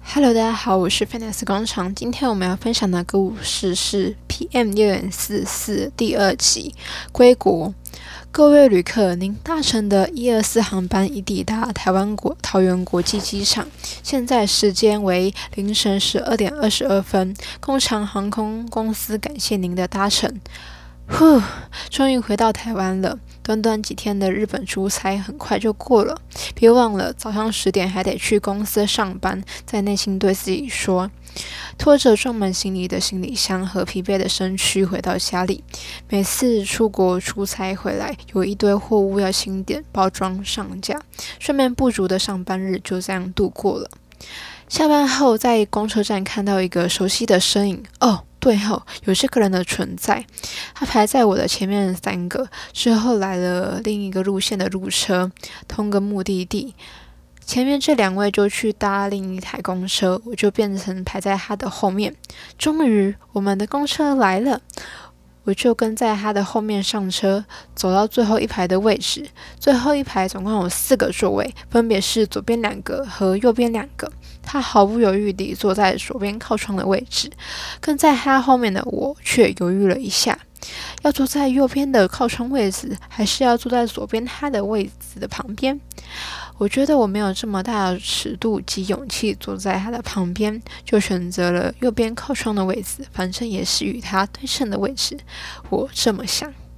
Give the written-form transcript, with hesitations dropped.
Hello，大家好，我是 Finance 工厂。今天我们要分享的故事是 PM644第2集归国。各位旅客，您搭乘的124航班已抵达台湾桃园国际机场，现在时间为凌晨12点22分。工厂航空公司感谢您的搭乘。终于回到台湾了。短短几天的日本出差很快就过了，别忘了早上10点还得去公司上班。在内心对自己说，拖着装满行李的行李箱和疲惫的身躯回到家里。每次出国出差回来，有一堆货物要清点、包装、上架，睡眠不足的上班日就这样度过了。下班后，在公车站看到一个熟悉的身影。对哦，有这个人的存在。他排在我的前面3个，之后来了另一个路线的路车，同个目的地。前面这2位就去搭另一台公车，我就变成排在他的后面。终于，我们的公车来了。我就跟在他的后面上车，走到最后一排的位置。最后一排总共有4个座位，分别是左边2个和右边2个。他毫不犹豫地坐在左边靠窗的位置，跟在他后面的我却犹豫了一下，要坐在右边的靠窗位置，还是要坐在左边他的位置的旁边？我觉得我没有这么大的尺度及勇气坐在他的旁边，就选择了右边靠窗的位置，反正也是与他对称的位置。我这么想。